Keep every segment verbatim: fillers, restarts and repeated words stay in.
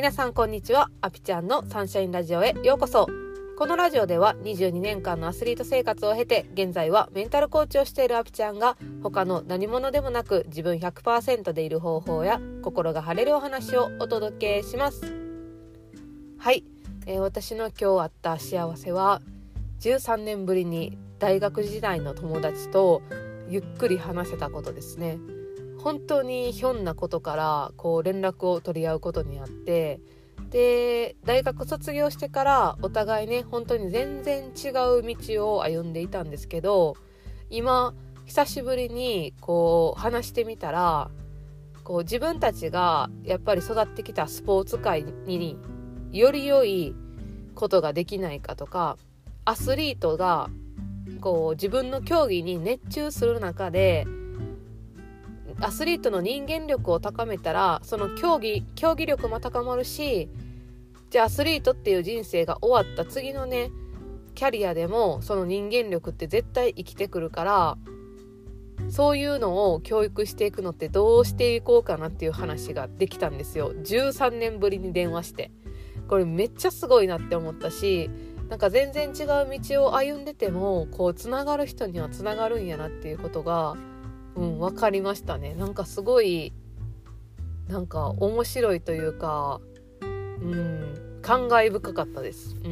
皆さんこんにちは。アピちゃんのサンシャインラジオへようこそ。このラジオではにじゅうにねんかんのアスリート生活を経て、現在はメンタルコーチをしているアピちゃんが、他の何者でもなく自分 ひゃくパーセント でいる方法や心が晴れるお話をお届けします。はい、えー、私の今日あった幸せは、じゅうさんねんぶりに大学時代の友達とゆっくり話せたことですね。本当にひょんなことからこう連絡を取り合うことになって、で大学卒業してからお互いね本当に全然違う道を歩んでいたんですけど、今久しぶりにこう話してみたら、こう自分たちがやっぱり育ってきたスポーツ界により良いことができないかとか、アスリートがこう自分の競技に熱中する中で、アスリートの人間力を高めたらその競技競技力も高まるし、じゃあアスリートっていう人生が終わった次のねキャリアでもその人間力って絶対生きてくるから、そういうのを教育していくのってどうしていこうかなっていう話ができたんですよ。じゅうさんねんぶりに電話して、これめっちゃすごいなって思ったし、なんか全然違う道を歩んでてもこうつながる人にはつながるんやなっていうことがうん、分かりましたね。なんかすごいなんか面白いというか、うん、感慨深かったです、うん、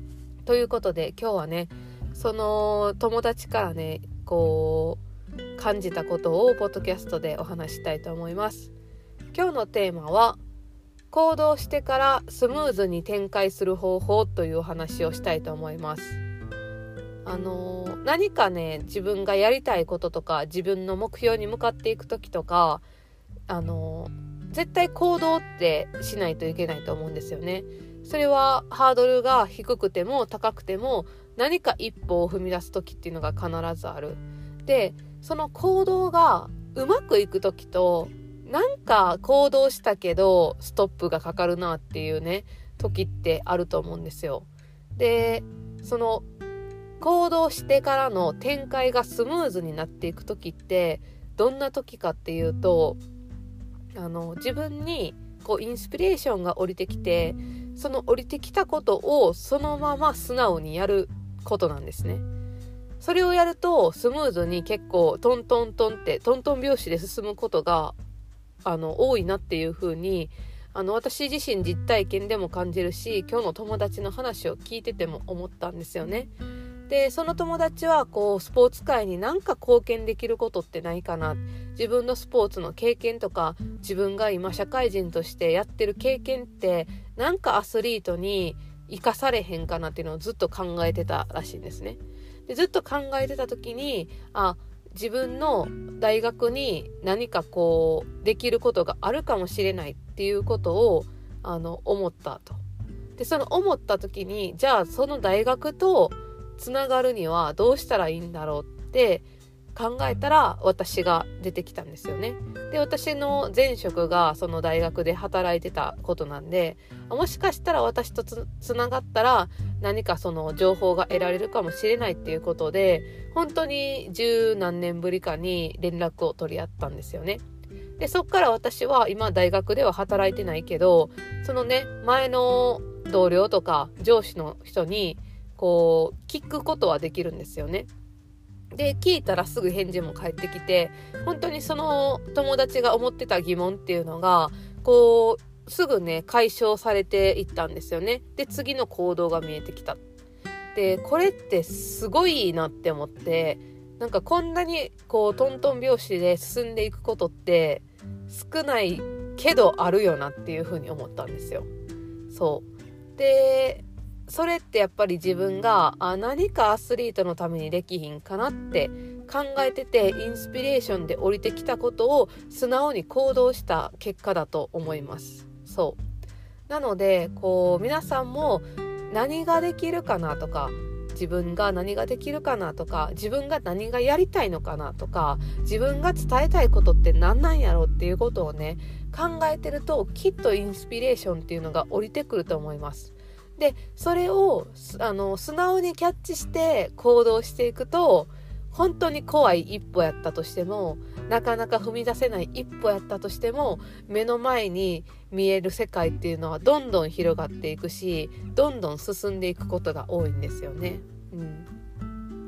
ということで今日はね、その友達からねこう感じたことをポッドキャストでお話したいと思います。今日のテーマは、行動してからスムーズに展開する方法というお話をしたいと思います。あの何かね自分がやりたいこととか自分の目標に向かっていく時とか、あの絶対行動ってしないといけないと思うんですよね。それはハードルが低くても高くても何か一歩を踏み出す時っていうのが必ずある。でその行動がうまくいく時と、なんか行動したけどストップがかかるなっていうね時ってあると思うんですよ。でその行動してからの展開がスムーズになっていく時ってどんな時かっていうと、あの自分にこうインスピレーションが降りてきて、その降りてきたことをそのまま素直にやることなんですね。それをやるとスムーズに結構トントントンってトントン拍子で進むことがあの多いなっていう風に、あの私自身実体験でも感じるし、今日の友達の話を聞いてても思ったんですよね。でその友達はこうスポーツ界に何か貢献できることってないかな、自分のスポーツの経験とか自分が今社会人としてやってる経験ってなんかアスリートに生かされへんかなっていうのをずっと考えてたらしいんですね。でずっと考えてた時に、あ自分の大学に何かこうできることがあるかもしれないっていうことをあの思ったと。でその思った時に、じゃあその大学とつながるにはどうしたらいいんだろうって考えたら私が出てきたんですよね。で私の前職がその大学で働いてたことなんで、もしかしたら私と つ, つながったら何かその情報が得られるかもしれないっていうことで、本当に十何年ぶりかに連絡を取り合ったんですよね。でそっから私は今大学では働いてないけど、そのね前の同僚とか上司の人にこう聞くことはできるんですよね。で聞いたらすぐ返事も返ってきて、本当にその友達が思ってた疑問っていうのがこうすぐね解消されていったんですよね。で次の行動が見えてきた。でこれってすごいなって思って、なんかこんなにこうトントン拍子で進んでいくことって少ないけどあるよなっていうふうに思ったんですよ。そうでそれってやっぱり自分があ何かアスリートのためにできひんかなって考えてて、インスピレーションで降りてきたことを素直に行動した結果だと思います。そうなのでこう皆さんも何ができるかなとか、自分が何ができるかなとか、自分が何がやりたいのかなとか、自分が伝えたいことって何なんやろうっていうことをね考えてると、きっとインスピレーションっていうのが降りてくると思います。でそれをあの素直にキャッチして行動していくと、 本当に怖い一歩やったとしても、なかなか踏み出せない一歩やったとしても、目の前に見える世界っていうのはどんどん広がっていくし、どんどん進んでいくことが多いんですよね。うん、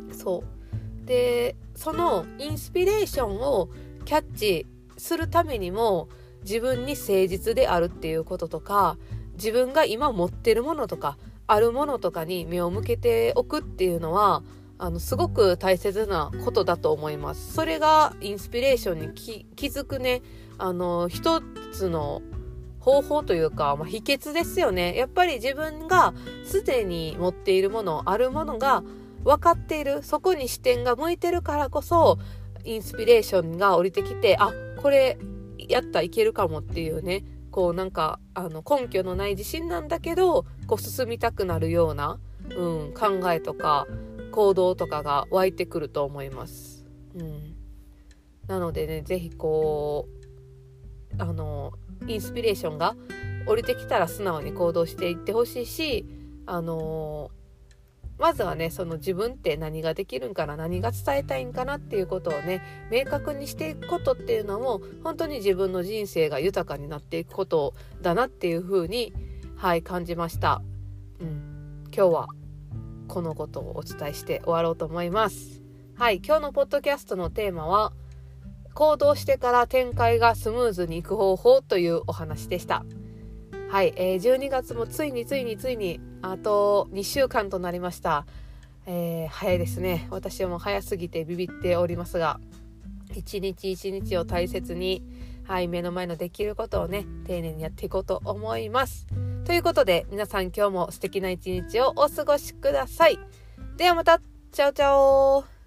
そうで、そのインスピレーションをキャッチするためにも、自分に誠実であるっていうこととか、自分が今持ってるものとかあるものとかに目を向けておくっていうのは、あのすごく大切なことだと思います。それがインスピレーションにき気づくね、あの一つの方法というか、まあ、秘訣ですよね。やっぱり自分がすでに持っているもの、あるものが分かっている、そこに視点が向いてるからこそ、インスピレーションが降りてきて、あ、これやったらいけるかもっていうね、こうなんかあの根拠のない自信なんだけど、こう進みたくなるような、うん、考えとか行動とかが湧いてくると思います。うん、なのでね、ぜひこうあのインスピレーションが降りてきたら素直に行動していってほしいし、あのまずはね、その自分って何ができるんかな、何が伝えたいんかなっていうことをね、明確にしていくことっていうのも、本当に自分の人生が豊かになっていくことだなっていうふうに、はい、感じました。うん、今日はこのことをお伝えして終わろうと思います。はい、今日のポッドキャストのテーマは、行動してから展開がスムーズにいく方法というお話でした。はい、えー、じゅうにがつもついについについにあとにしゅうかんとなりました。えー、早いですね。私はもう早すぎてビビっておりますが、一日一日を大切に、はい、目の前のできることをね、丁寧にやっていこうと思います。ということで、皆さん今日も素敵な一日をお過ごしください。ではまた、チャオチャオ。